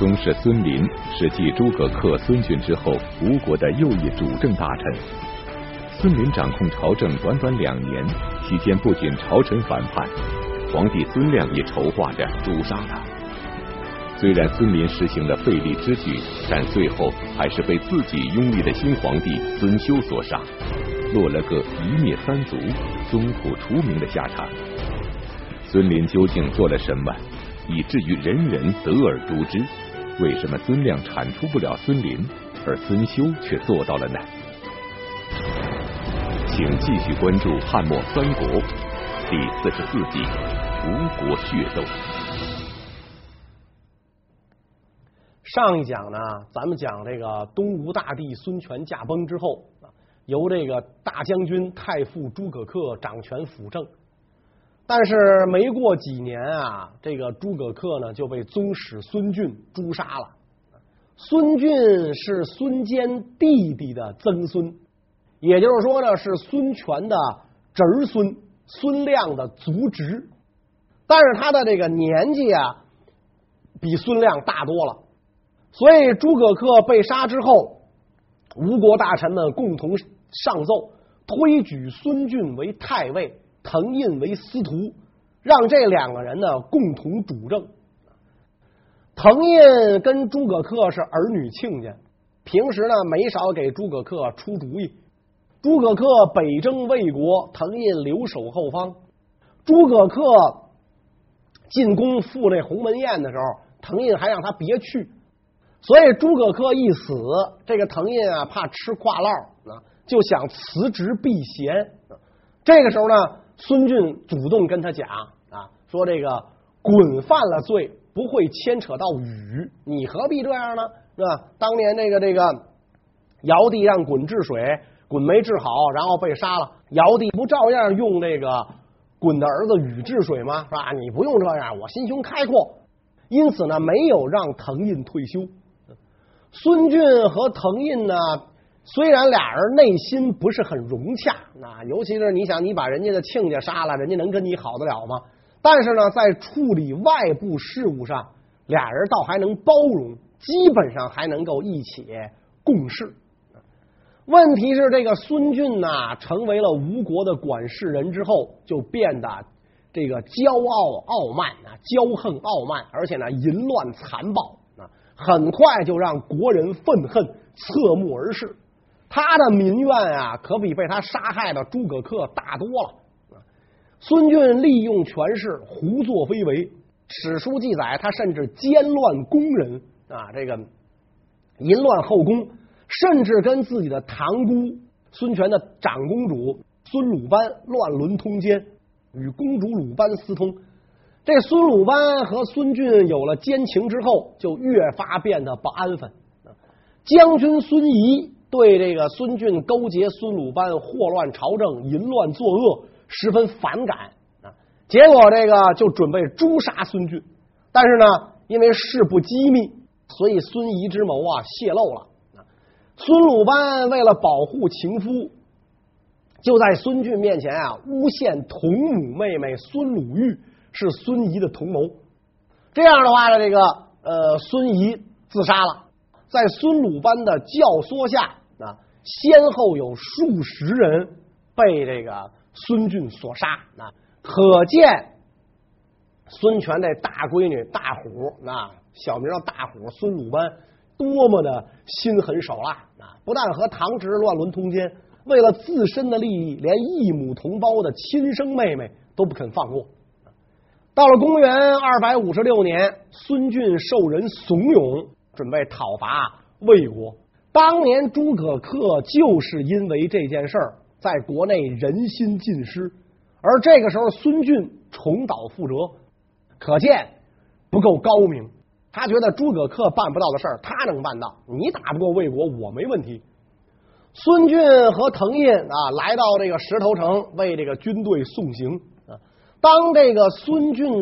宗室孙林是继诸葛恪、孙峻之后吴国的又一主政大臣。孙林掌控朝政短短2年，期间不仅朝臣反叛，皇帝孙亮也筹划着诛杀他。虽然孙林实行了废立之举，但最后还是被自己拥立的新皇帝孙休所杀，落了个一灭3族、宗谱除名的下场。孙林究竟做了什么，以至于人人得而诛之？为什么孙亮铲除不了孙林，而孙休却做到了呢？请继续关注汉末三国第44集吴国血斗。 上一讲呢，咱们讲这个东吴大帝孙权驾崩之后，由这个大将军太傅诸葛恪掌权辅政。但是没过几年啊，这个诸葛恪呢就被宗室孙峻诛杀了。孙峻是孙坚弟弟的曾孙，也就是说呢是孙权的侄孙，孙亮的族侄。但是他的这个年纪啊比孙亮大多了，所以诸葛恪被杀之后，吴国大臣们共同上奏，推举孙峻为太尉，滕胤为司徒，让这2个人呢共同主政。滕胤跟诸葛恪是儿女亲家，平时呢没少给诸葛恪出主意。诸葛恪北征魏国，滕胤留守后方。诸葛恪进宫赴这鸿门宴的时候，滕胤还让他别去。所以诸葛恪一死，这个滕胤啊怕吃挂烙就想辞职避嫌。这个时候呢，孙峻主动跟他讲说这个鲧犯了罪，不会牵扯到禹，你何必这样呢？是吧？当年这个尧帝让鲧治水，鲧没治好，然后被杀了，尧帝不照样用这个鲧的儿子禹治水吗？是吧？你不用这样，我心胸开阔。因此呢，没有让滕胤退休。孙峻和滕胤呢，虽然俩人内心不是很融洽，尤其是你想，你把人家的亲家杀了，人家能跟你好得了吗？但是呢，在处理外部事务上，俩人倒还能包容，基本上还能够一起共事。问题是这个孙峻成为了吴国的管事人之后，就变得这个骄傲傲慢骄横傲慢，而且呢淫乱残暴很快就让国人愤恨，侧目而视。他的民怨可比被他杀害的诸葛恪大多了。孙峻利用权势，胡作非为。史书记载，他甚至奸乱宫人这个淫乱后宫，甚至跟自己的堂姑孙权的长公主孙鲁班乱伦通奸，与公主鲁班私通。这孙鲁班和孙峻有了奸情之后，就越发变得不安分。将军孙仪对这个孙峻勾结孙鲁班祸乱朝政、淫乱作恶十分反感结果这个就准备诛杀孙峻。但是呢，因为事不机密，所以孙仪之谋泄露了。孙鲁班为了保护情夫，就在孙峻面前诬陷同母妹妹孙鲁豫是孙仪的同谋。这样的话呢，这个孙仪自杀了。在孙鲁班的教唆下先后有数十人被这个孙峻所杀可见孙权这大闺女大虎小名叫大虎孙鲁班多么的心狠手辣不但和堂侄乱伦通奸，为了自身的利益，连异母同胞的亲生妹妹都不肯放过。到了公元256年，孙峻受人怂恿，准备讨伐魏国。当年诸葛恪就是因为这件事儿，在国内人心尽失，而这个时候孙峻重蹈覆辙，可见不够高明。他觉得诸葛恪办不到的事儿，他能办到。你打不过魏国，我没问题。孙峻和滕胤来到这个石头城，为这个军队送行当这个孙峻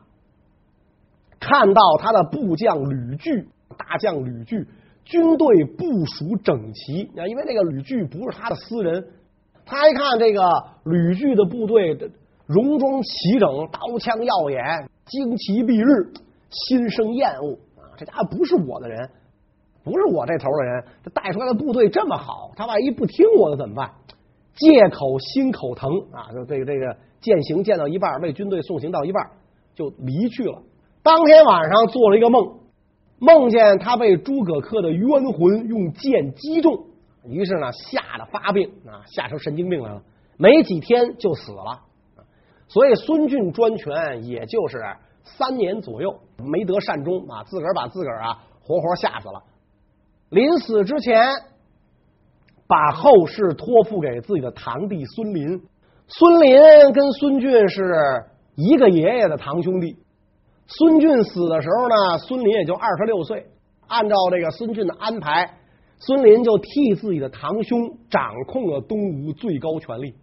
看到他的部将吕据、大将吕据军队部署整齐因为这个吕据不是他的私人，他一看这个吕据的部队戎装齐整，刀枪耀眼，旌旗蔽日，心生厌恶这家伙不是我的人，不是我这头的人，这带出来的部队这么好，他万一不听我的怎么办？借口心口疼啊，就这个践行见到一半，为军队送行到一半就离去了。当天晚上做了一个梦，梦见他被诸葛恪的冤魂用剑击中，于是呢吓得发病啊，吓成神经病来了，没几天就死了。所以孙峻专权也就是3年左右，没得善终啊，自个儿把自个儿啊活活吓死了。临死之前，把后事托付给自己的堂弟孙林。孙林跟孙峻是一个爷爷的堂兄弟。孙峻死的时候呢，孙林也就26岁。按照这个孙峻的安排，孙林就替自己的堂兄掌控了东吴最高权力。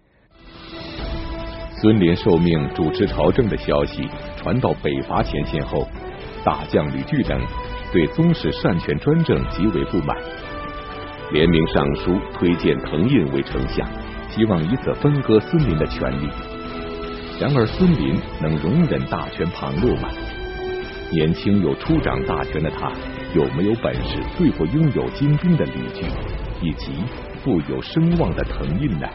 孙林受命主持朝政的消息传到北伐前线后，大将吕据等对宗室擅权专政极为不满，联名上书推荐滕胤为丞相，希望以此分割孙林的权力。然而孙林能容忍大权旁落吗？年轻又初掌大权的他，有没有本事对付拥有精兵的吕据以及富有声望的滕胤呢？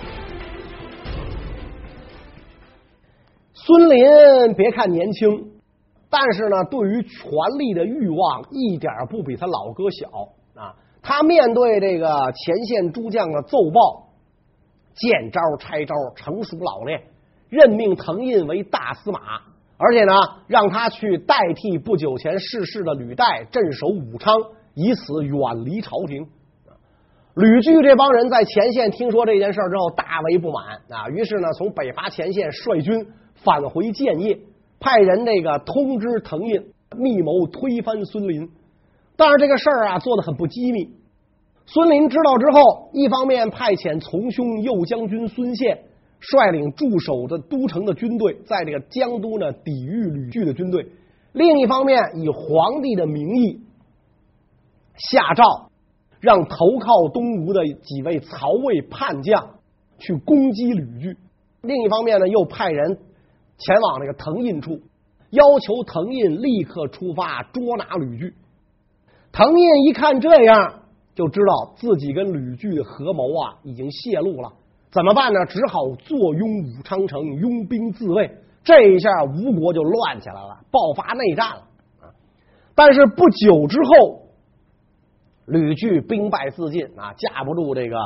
孙林别看年轻，但是呢，对于权力的欲望一点不比他老哥小啊。他面对这个前线诸将的奏报，见招拆招，成熟老练，任命滕胤为大司马，而且呢，让他去代替不久前逝世的吕岱镇守武昌，以此远离朝廷。吕据这帮人在前线听说这件事之后大为不满啊，于是呢，从北伐前线率军返回建业，派人这个通知滕胤，密谋推翻孙林。但是这个事儿啊做得很不机密。孙林知道之后，一方面派遣从兄右将军孙宪率领驻守的都城的军队，在这个江都呢抵御吕据的军队；另一方面以皇帝的名义下诏，让投靠东吴的几位曹魏叛将去攻击吕据。另一方面呢，又派人前往这个滕胤处，要求滕胤立刻出发捉拿吕据。滕胤一看这样，就知道自己跟吕据的合谋啊已经泄露了，怎么办呢？只好坐拥武昌城，拥兵自卫。这一下吴国就乱起来了，爆发内战了。但是不久之后，吕据兵败自尽啊，架不住这个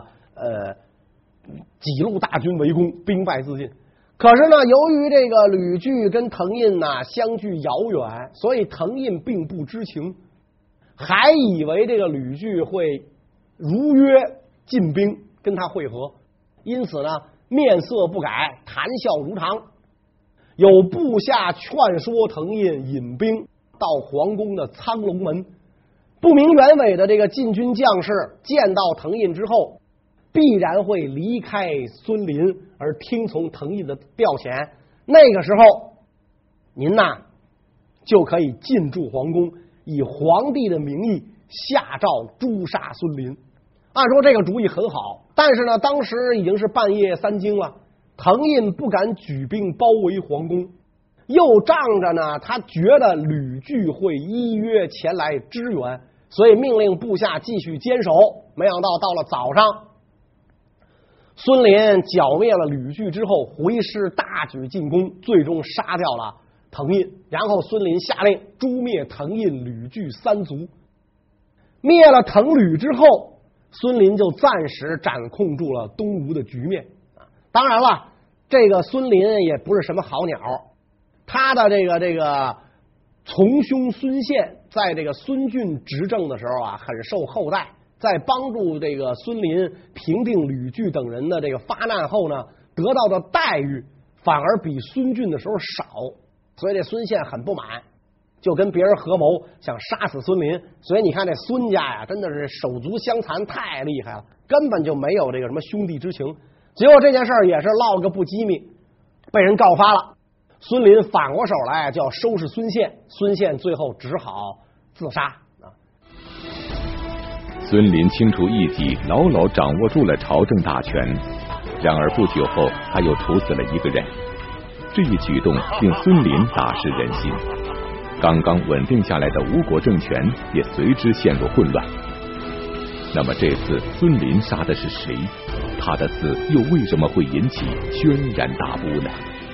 几路大军围攻，兵败自尽。可是呢，由于这个吕据跟滕胤呢相距遥远，所以滕胤并不知情，还以为这个吕据会如约进兵跟他会合，因此呢面色不改，谈笑如常。有部下劝说滕胤引兵到皇宫的苍龙门，不明原委的这个禁军将士见到滕胤之后，必然会离开孙林而听从滕胤的调遣。那个时候，您呐就可以进驻皇宫，以皇帝的名义下诏诛杀孙林。按说这个主意很好，但是呢，当时已经是半夜3更了，滕胤不敢举兵包围皇宫，又仗着呢他觉得吕据会依约前来支援，所以命令部下继续坚守。没想到到了早上，孙林剿灭了吕据之后，回师大举进攻，最终杀掉了滕胤。然后孙林下令诛灭滕胤、吕据3族。灭了滕吕之后，孙林就暂时掌控住了东吴的局面。当然了，这个孙林也不是什么好鸟，他的这个从兄孙宪在这个孙峻执政的时候啊，很受厚待，在帮助这个孙林平定吕据等人的这个发难后呢，得到的待遇反而比孙峻的时候少，所以这孙宪很不满，就跟别人合谋想杀死孙林。所以你看这孙家呀，真的是手足相残，太厉害了，根本就没有这个什么兄弟之情。结果这件事儿也是落个不机密，被人告发了。孙林反过手来就要收拾孙宪，孙宪最后只好自杀。 孙林清除异己，牢牢掌握住了朝政大权。然而不久后，他又处死了一个人。这一举动令孙林大失人心。 刚刚稳定下来的吴国政权也随之陷入混乱。那么这次孙林杀的是谁？他的死又为什么会引起轩然大波呢？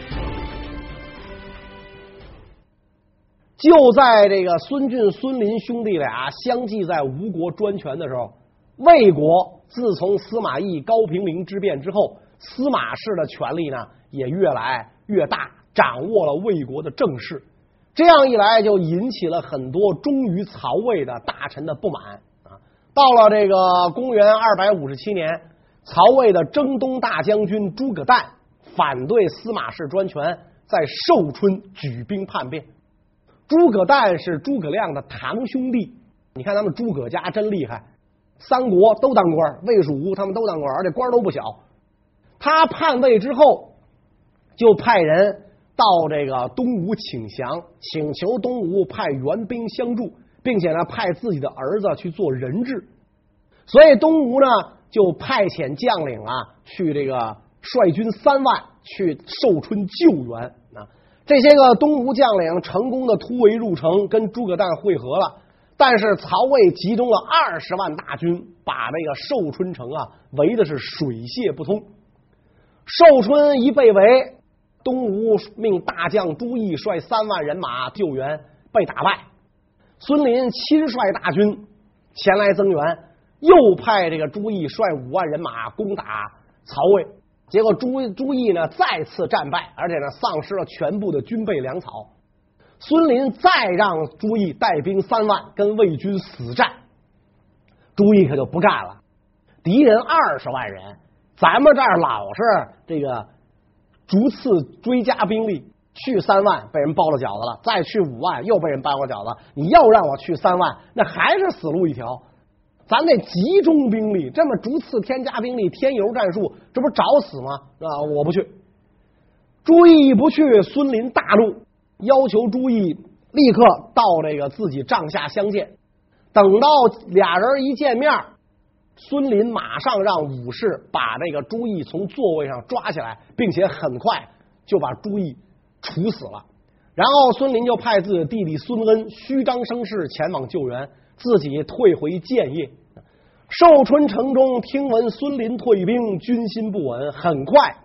就在这个孙峻、孙林兄弟俩相继在吴国专权的时候，魏国自从司马懿、高平陵之变之后，司马氏的权力呢也越来越大，掌握了魏国的政事。这样一来，就引起了很多忠于曹魏的大臣的不满啊。到了这个公元257年，曹魏的征东大将军诸葛诞反对司马氏专权，在寿春举兵叛变。诸葛诞是诸葛亮的堂兄弟，你看他们诸葛家真厉害，三国都当官，魏蜀吴他们都当官，而且官都不小。他叛魏之后，就派人到这个东吴请降，请求东吴派援兵相助，并且呢派自己的儿子去做人质。所以东吴呢就派遣将领啊去这个率军3万去寿春救援啊。这些个东吴将领成功的突围入城，跟诸葛诞会合了。但是曹魏集中了20万大军，把这个寿春城啊围的是水泄不通。寿春一被围，东吴命大将朱毅率3万人马救援，被打败。孙林亲率大军前来增援，又派这个朱毅率5万人马攻打曹魏。结果朱毅呢再次战败，而且呢丧失了全部的军备粮草。孙林再让朱毅带兵3万跟魏军死战，朱毅可就不干了。敌人20万人，咱们这儿老是这个逐次追加兵力，去3万被人包了饺子了，再去5万又被人包了饺子，你要让我去3万，那还是死路一条。咱得集中兵力，这么逐次添加兵力，添油战术，这不是找死吗？啊，我不去。朱毅不去，孙林大怒，要求朱毅立刻到这个自己帐下相见。等到俩人一见面，孙林马上让武士把这个朱毅从座位上抓起来，并且很快就把朱毅处死了。然后孙林就派自己的弟弟孙恩虚张声势前往救援，自己退回建业。寿春城中听闻孙林退兵，军心不稳，很快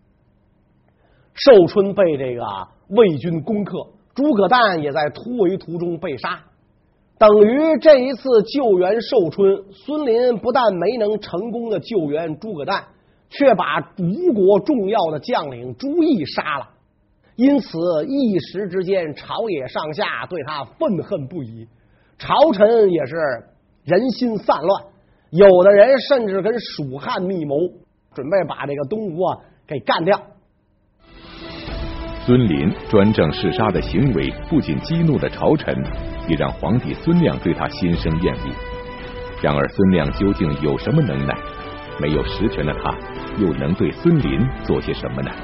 寿春被这个魏军攻克，诸葛诞也在突围途中被杀。等于这一次救援寿春，孙林不但没能成功的救援诸葛诞，却把吴国重要的将领朱毅杀了。因此一时之间，朝野上下对他愤恨不已，朝臣也是人心散乱，有的人甚至跟蜀汉密谋，准备把这个东吴啊给干掉。 孙林专政弑杀的行为不仅激怒了朝臣，也让皇帝孙亮对他心生厌恶。然而孙亮究竟有什么能耐？没有实权的他，又能对孙林做些什么呢？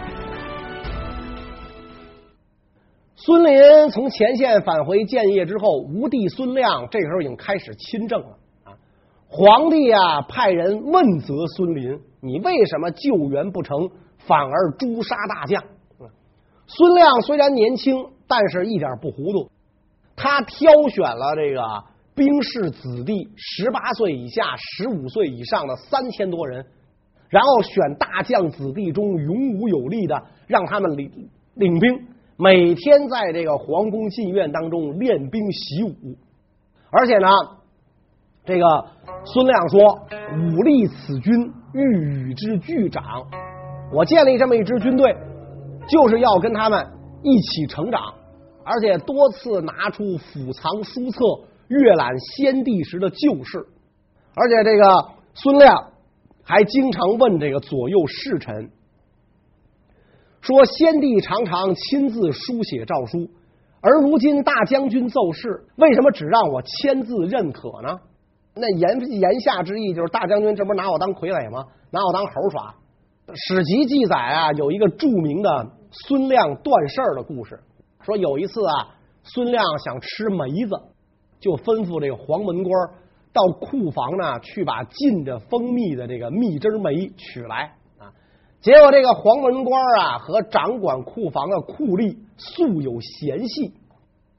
孙林从前线返回建业之后，吴帝孙亮这时候已经开始亲政了啊。皇帝啊派人问责孙林，你为什么救援不成，反而诛杀大将？孙亮虽然年轻，但是一点不糊涂。他挑选了这个兵士子弟18岁以下、15岁以上的3000多人，然后选大将子弟中勇武有力的，让他们领兵，每天在这个皇宫禁院当中练兵习武。而且呢，这个孙亮说，武力此军，欲与之俱长。我建立这么一支军队，就是要跟他们一起成长，而且多次拿出府藏书册，阅览先帝时的旧事。而且这个孙亮还经常问这个左右侍臣，说先帝常常亲自书写诏书，而如今大将军奏事，为什么只让我签字认可呢？那言下之意就是大将军这不是拿我当傀儡吗？拿我当猴耍。史籍记载啊，有一个著名的孙亮断事儿的故事，说有一次啊，孙亮想吃梅子，就吩咐这个黄门官到库房呢去把浸着蜂蜜的这个蜜汁梅取来啊。结果这个黄门官啊和掌管库房的库吏素有嫌隙，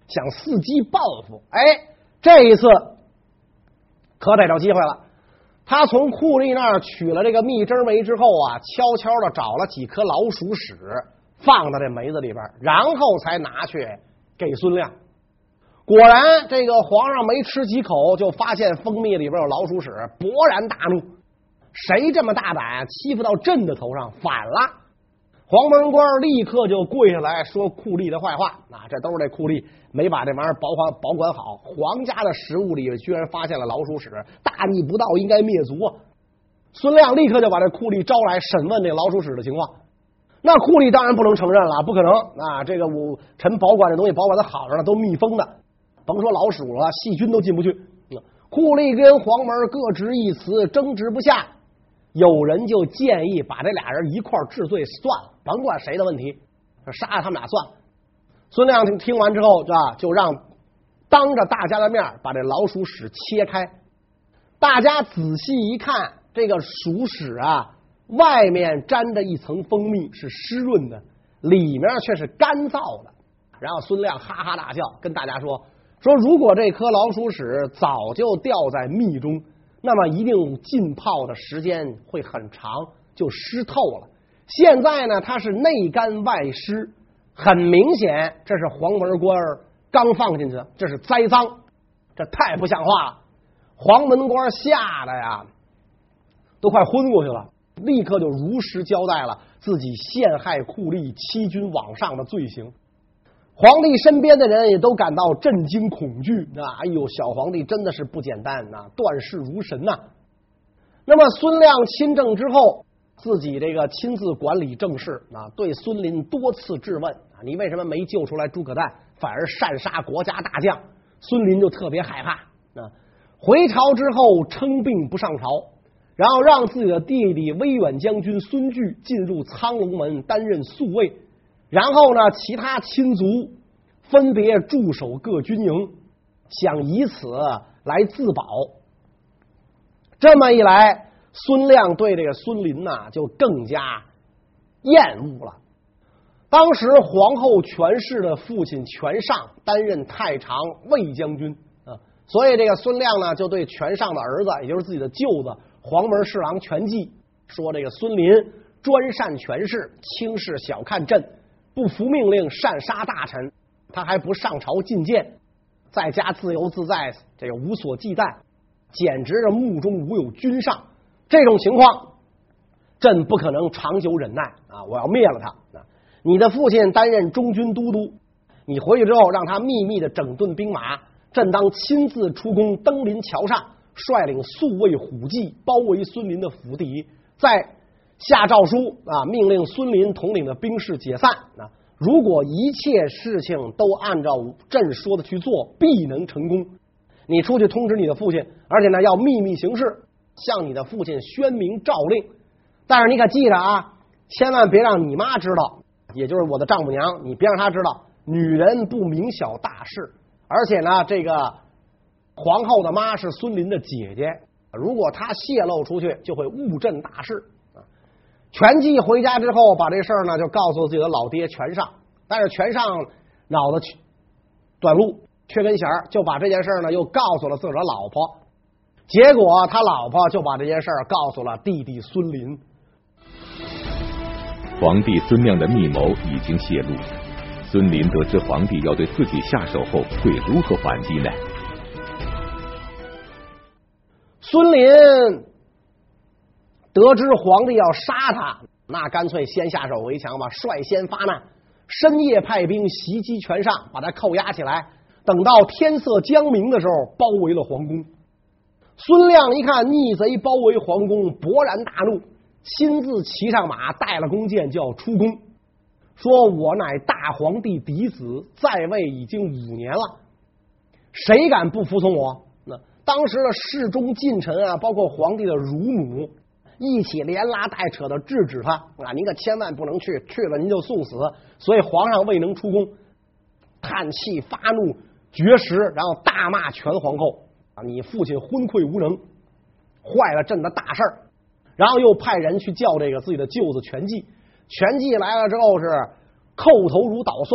想伺机报复。这一次可逮着机会了。他从酷吏那儿取了这个蜜汁梅之后啊，悄悄的找了几颗老鼠屎放到这梅子里边，然后才拿去给孙亮。果然，这个皇上没吃几口，就发现蜂蜜里边有老鼠屎，勃然大怒：谁这么大胆，欺负到朕的头上？反了！黄门官立刻就跪下来说酷吏的坏话。这都是这酷吏没把这玩意儿保管好，皇家的食物里居然发现了老鼠屎，大逆不道，应该灭族啊！孙亮立刻就把这酷吏招来审问这老鼠屎的情况。那酷吏当然不能承认了，不可能啊！这个臣保管这东西保管的好着呢，都密封的，甭说老鼠了，细菌都进不去。酷吏跟黄门各执一词，争执不下。有人就建议把这俩人一块治罪算了，甭管谁的问题，杀了他们俩算了。孙亮听完之后就让当着大家的面把这老鼠屎切开。大家仔细一看，这个鼠屎啊，外面沾着一层蜂蜜，是湿润的，里面却是干燥的。然后孙亮哈哈大笑，跟大家说如果这颗老鼠屎早就掉在蜜中，那么一定浸泡的时间会很长，就湿透了。现在呢，它是内干外湿，很明显这是黄门官刚放进去的，这是栽赃，这太不像话了。黄门官吓得呀都快昏过去了，立刻就如实交代了自己陷害酷吏、欺君罔上的罪行。皇帝身边的人也都感到震惊恐惧哎呦，小皇帝真的是不简单断事如神那么孙亮亲政之后，自己这个亲自管理政事对孙林多次质问你为什么没救出来诸葛诞，反而擅杀国家大将？孙林就特别害怕回朝之后称病不上朝，然后让自己的弟弟威远将军孙据进入苍龙门担任宿卫。然后呢，其他亲族分别驻守各军营，想以此来自保。这么一来，孙亮对这个孙林就更加厌恶了。当时皇后权氏的父亲权上担任太常卫将军所以这个孙亮呢就对权上的儿子，也就是自己的舅子黄门侍郎权济说：这个孙林专擅权势，轻视小看朕，不服命令，擅杀大臣，他还不上朝觐见，在家自由自在，这个无所忌惮，简直是目中无有君上。这种情况朕不可能长久忍耐我要灭了他你的父亲担任中军都督，你回去之后让他秘密的整顿兵马，朕当亲自出宫，登临桥上，率领宿卫虎骑包围孙林的府邸，再下诏书命令孙林统领的兵士解散如果一切事情都按照朕说的去做，必能成功。你出去通知你的父亲，而且呢要秘密行事，向你的父亲宣明诏令。但是你可记着千万别让你妈知道，也就是我的丈母娘，你别让她知道，女人不明晓大事。而且呢，这个皇后的妈是孙林的姐姐，如果她泄露出去，就会误朕大事。权济回家之后，把这事儿呢就告诉自己的老爹权上，但是权上脑子短路，缺根弦，就把这件事呢又告诉了自己的老婆。结果他老婆就把这件事告诉了弟弟孙林。 皇帝孙亮的密谋已经泄露，孙林得知皇帝要对自己下手后，会如何反击呢？ 孙林得知皇帝要杀他，那干脆先下手为强吧，率先发难，深夜派兵袭击权上，把他扣押起来。等到天色将明的时候，包围了皇宫。孙亮一看逆贼包围皇宫，勃然大怒，亲自骑上马，带了弓箭就要出宫，说：我乃大皇帝嫡子，在位已经5年了，谁敢不服从我？那当时的侍中近臣包括皇帝的乳母一起连拉带扯的制止他您可千万不能去，去了您就送死。所以皇上未能出宫，叹气发怒绝食，然后大骂权皇后你父亲昏聩无能，坏了朕的大事儿。然后又派人去叫这个自己的舅子权济，权济来了之后是叩头如捣蒜，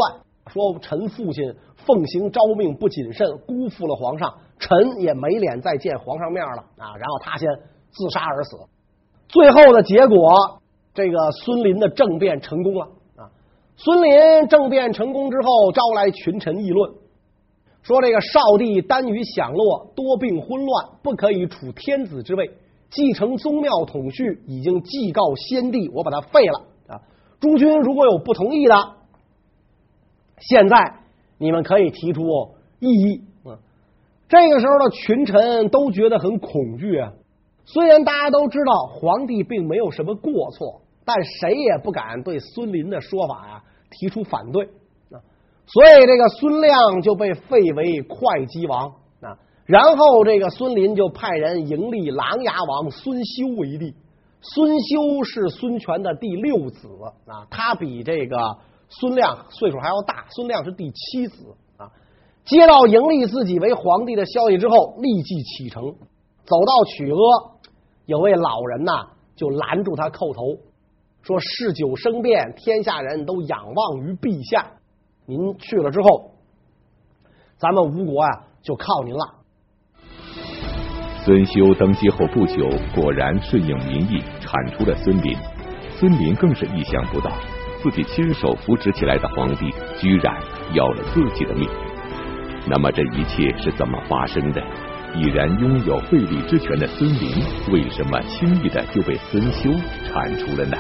说臣父亲奉行诏命不谨慎，辜负了皇上，臣也没脸再见皇上面了啊！然后他先自杀而死。最后的结果，这个孙林的政变成功了啊！孙林政变成功之后，招来群臣议论，说这个少帝耽于享乐，多病昏乱，不可以处天子之位，继承宗庙统序已经祭告先帝，我把它废了啊！诸君如果有不同意的，现在你们可以提出异议。这个时候的群臣都觉得很恐惧啊。虽然大家都知道皇帝并没有什么过错，但谁也不敢对孙林的说法提出反对。所以这个孙亮就被废为会稽王啊。然后这个孙林就派人迎立琅琊王孙休为帝。孙休是孙权的第6子啊，他比这个孙亮岁数还要大，孙亮是第7子啊。接到迎立自己为皇帝的消息之后，立即启程，走到曲阿，有位老人呐就拦住他叩头，说事久生变，天下人都仰望于陛下，您去了之后，咱们吴国就靠您了。 孙休登基后不久，果然顺应民意，铲除了孙林。孙林更是意想不到，自己亲手扶植起来的皇帝，居然要了自己的命。那么这一切是怎么发生的？已然拥有废立之权的孙林，为什么轻易的就被孙休铲除了呢？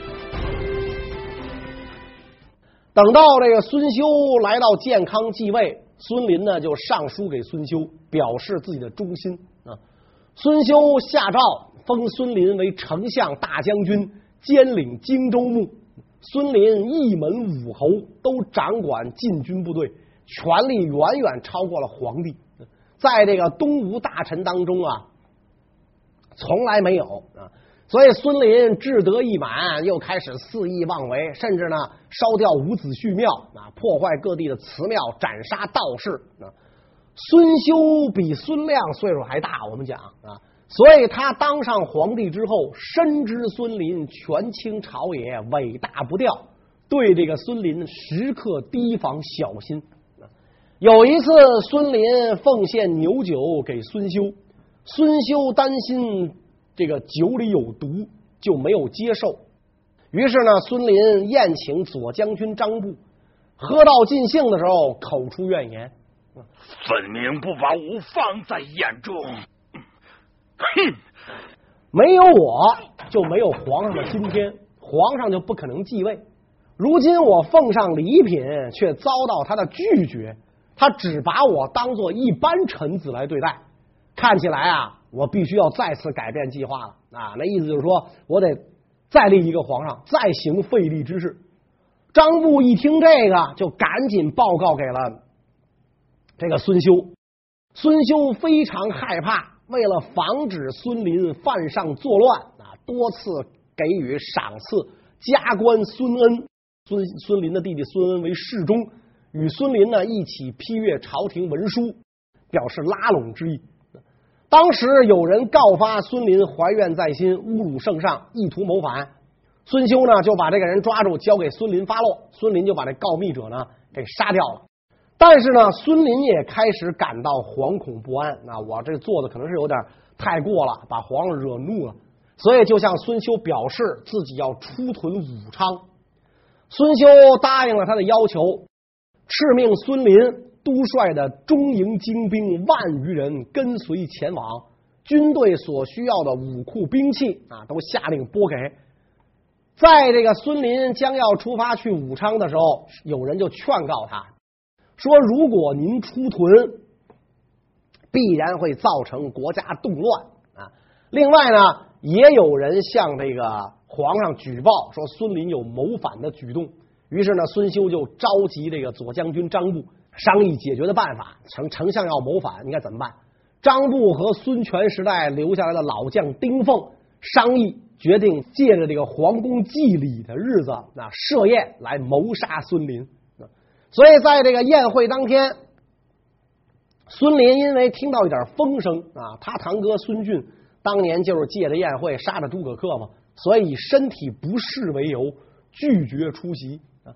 等到这个孙休来到建康继位，孙林呢就上书给孙休，表示自己的忠心啊。孙休下诏封孙林为丞相、大将军，兼领荆州牧。孙林一门5侯，都掌管禁军部队，权力远远超过了皇帝。在这个东吴大臣当中从来没有啊。所以孙林志得意满，又开始肆意妄为，甚至呢烧掉伍子胥庙啊，破坏各地的祠庙，斩杀道士啊。孙休比孙亮岁数还大，我们讲啊，所以他当上皇帝之后，深知孙林权倾朝野，尾大不掉，对这个孙林时刻提防小心。有一次，孙林奉献牛酒给孙休，孙休担心这个酒里有毒，就没有接受。于是呢，孙林宴请左将军张布，喝到尽兴的时候，口出怨言： 分明不把吾放在眼中。哼！ 没有我就没有皇上的今天，皇上就不可能继位。如今我奉上礼品，却遭到他的拒绝。他只把我当做一般臣子来对待，看起来我必须要再次改变计划了啊！那意思就是说我得再立一个皇上，再行废立之事。张布一听这个，就赶紧报告给了这个孙休。孙休非常害怕，为了防止孙林犯上作乱多次给予赏赐，加官孙恩。孙林的弟弟孙恩为侍中。与孙林呢一起批阅朝廷文书，表示拉拢之意。当时有人告发孙林怀怨在心，侮辱圣上，意图谋反。孙休呢就把这个人抓住，交给孙林发落。孙林就把这告密者呢给杀掉了。但是呢，孙林也开始感到惶恐不安。我这做的可能是有点太过了，把皇上惹怒了，所以就向孙休表示自己要出屯武昌。孙休答应了他的要求。敕命孙林督率的中营精兵10000余人跟随前往，军队所需要的武库兵器都下令拨给。在这个孙林将要出发去武昌的时候，有人就劝告他说，如果您出屯，必然会造成国家动乱啊。另外呢，也有人向这个皇上举报说孙林有谋反的举动。于是呢，孙休就召集这个左将军张布商议解决的办法。丞相要谋反，应该怎么办？张布和孙权时代留下来的老将丁奉商议，决定借着这个皇宫祭礼的日子设宴来谋杀孙林。所以在这个宴会当天，孙林因为听到一点风声他堂哥孙俊当年就是借着宴会杀的诸葛恪嘛，所以以身体不适为由拒绝出席。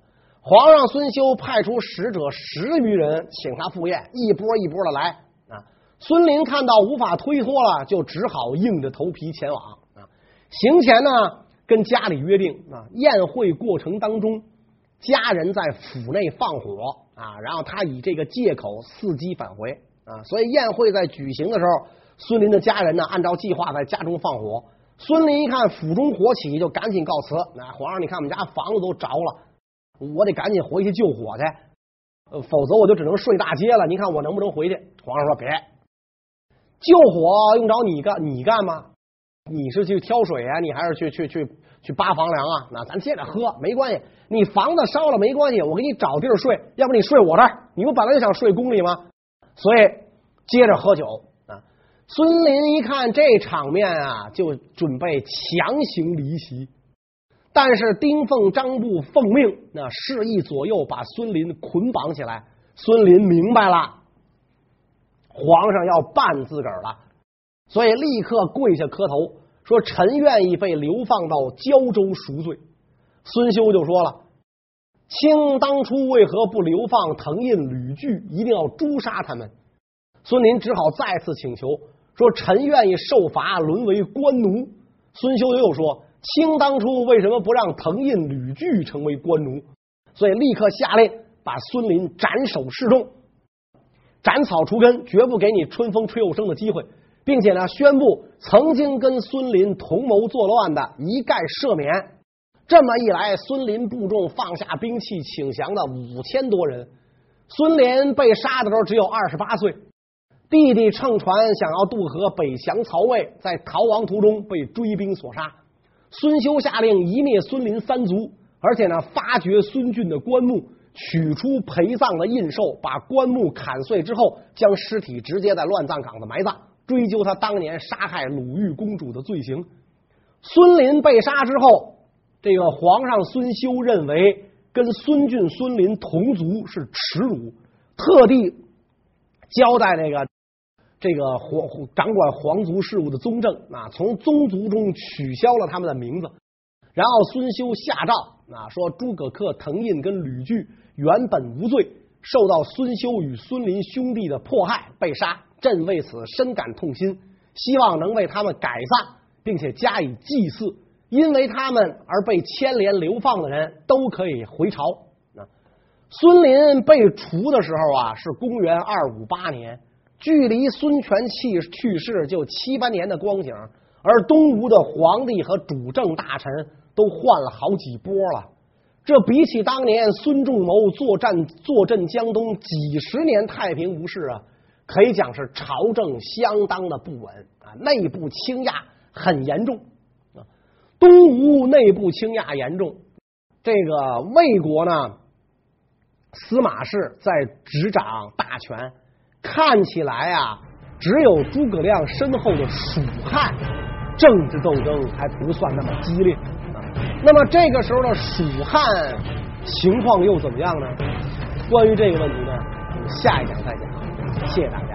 皇上孙休派出使者10余人请他赴宴，一波一波的来啊。孙林看到无法推脱了，就只好硬着头皮前往啊。行前呢，跟家里约定啊，宴会过程当中，家人在府内放火啊，然后他以这个借口伺机返回啊。所以宴会在举行的时候，孙林的家人呢，按照计划在家中放火。孙林一看府中火起，就赶紧告辞。皇上，你看我们家房子都着了，我得赶紧回去救火去，否则我就只能睡大街了。你看我能不能回去？皇上说别，救火用着你干吗？你是去挑水啊，你还是去扒房梁啊？那咱接着喝没关系，你房子烧了没关系，我给你找地儿睡，要不你睡我这儿，你不本来就想睡宫里吗？所以接着喝酒啊。孙林一看这场面啊，就准备强行离席，但是丁奉、张布奉命，那示意左右把孙林捆绑起来。孙林明白了，皇上要办自个儿了，所以立刻跪下磕头，说臣愿意被流放到胶州赎罪。孙休就说了，卿当初为何不流放滕胤、吕据，一定要诛杀他们？孙林只好再次请求，说臣愿意受罚，沦为官奴。孙休又说，卿当初为什么不让滕胤、吕据成为官奴？所以立刻下令把孙林斩首示众，斩草除根，绝不给你春风吹又生的机会，并且呢，宣布曾经跟孙林同谋作乱的一概赦免。这么一来，孙林部众放下兵器请降的5000多人。孙林被杀的时候只有28岁，弟弟乘船想要渡河北降曹魏，在逃亡途中被追兵所杀。孙休下令夷灭孙林3族，而且呢，发掘孙峻的棺木，取出陪葬的印绶，把棺木砍碎之后，将尸体直接在乱葬岗子埋葬，追究他当年杀害鲁豫公主的罪行。孙林被杀之后，这个皇上孙休认为跟孙峻、孙林同族是耻辱，特地交代这个掌管皇族事务的宗正啊，从宗族中取消了他们的名字。然后孙休下诏啊，说诸葛恪、滕胤跟吕据原本无罪，受到孙休与孙林兄弟的迫害被杀，朕为此深感痛心，希望能为他们改葬，并且加以祭祀，因为他们而被牵连流放的人都可以回朝。孙林被除的时候啊，是公元258年，距离孙权去世就7、8年的光景，而东吴的皇帝和主政大臣都换了好几波了。这比起当年孙仲谋坐镇江东几十年太平无事啊，可以讲是朝政相当的不稳啊，内部倾轧很严重。东吴内部倾轧严重，这个魏国呢，司马氏在执掌大权，看起来啊，只有诸葛亮身后的蜀汉政治斗争还不算那么激烈啊。那么这个时候的蜀汉情况又怎么样呢？关于这个问题呢，我们下一讲再讲。谢谢大家。